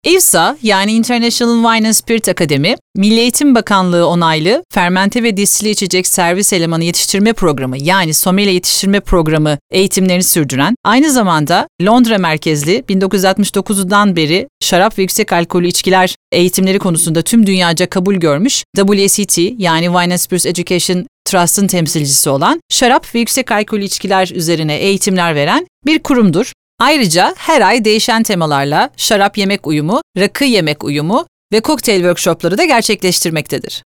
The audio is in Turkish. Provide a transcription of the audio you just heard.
IVSA yani International Wine and Spirit Academy, Milli Eğitim Bakanlığı onaylı fermente ve distile içecek servis elemanı yetiştirme programı yani sommelier yetiştirme programı eğitimlerini sürdüren, aynı zamanda Londra merkezli 1969'dan beri şarap ve yüksek alkollü içkiler eğitimleri konusunda tüm dünyaca kabul görmüş WSET yani Wine and Spirits Education Trust'ın temsilcisi olan şarap ve yüksek alkollü içkiler üzerine eğitimler veren bir kurumdur. Ayrıca her ay değişen temalarla şarap yemek uyumu, rakı yemek uyumu ve kokteyl workshopları da gerçekleştirmektedir.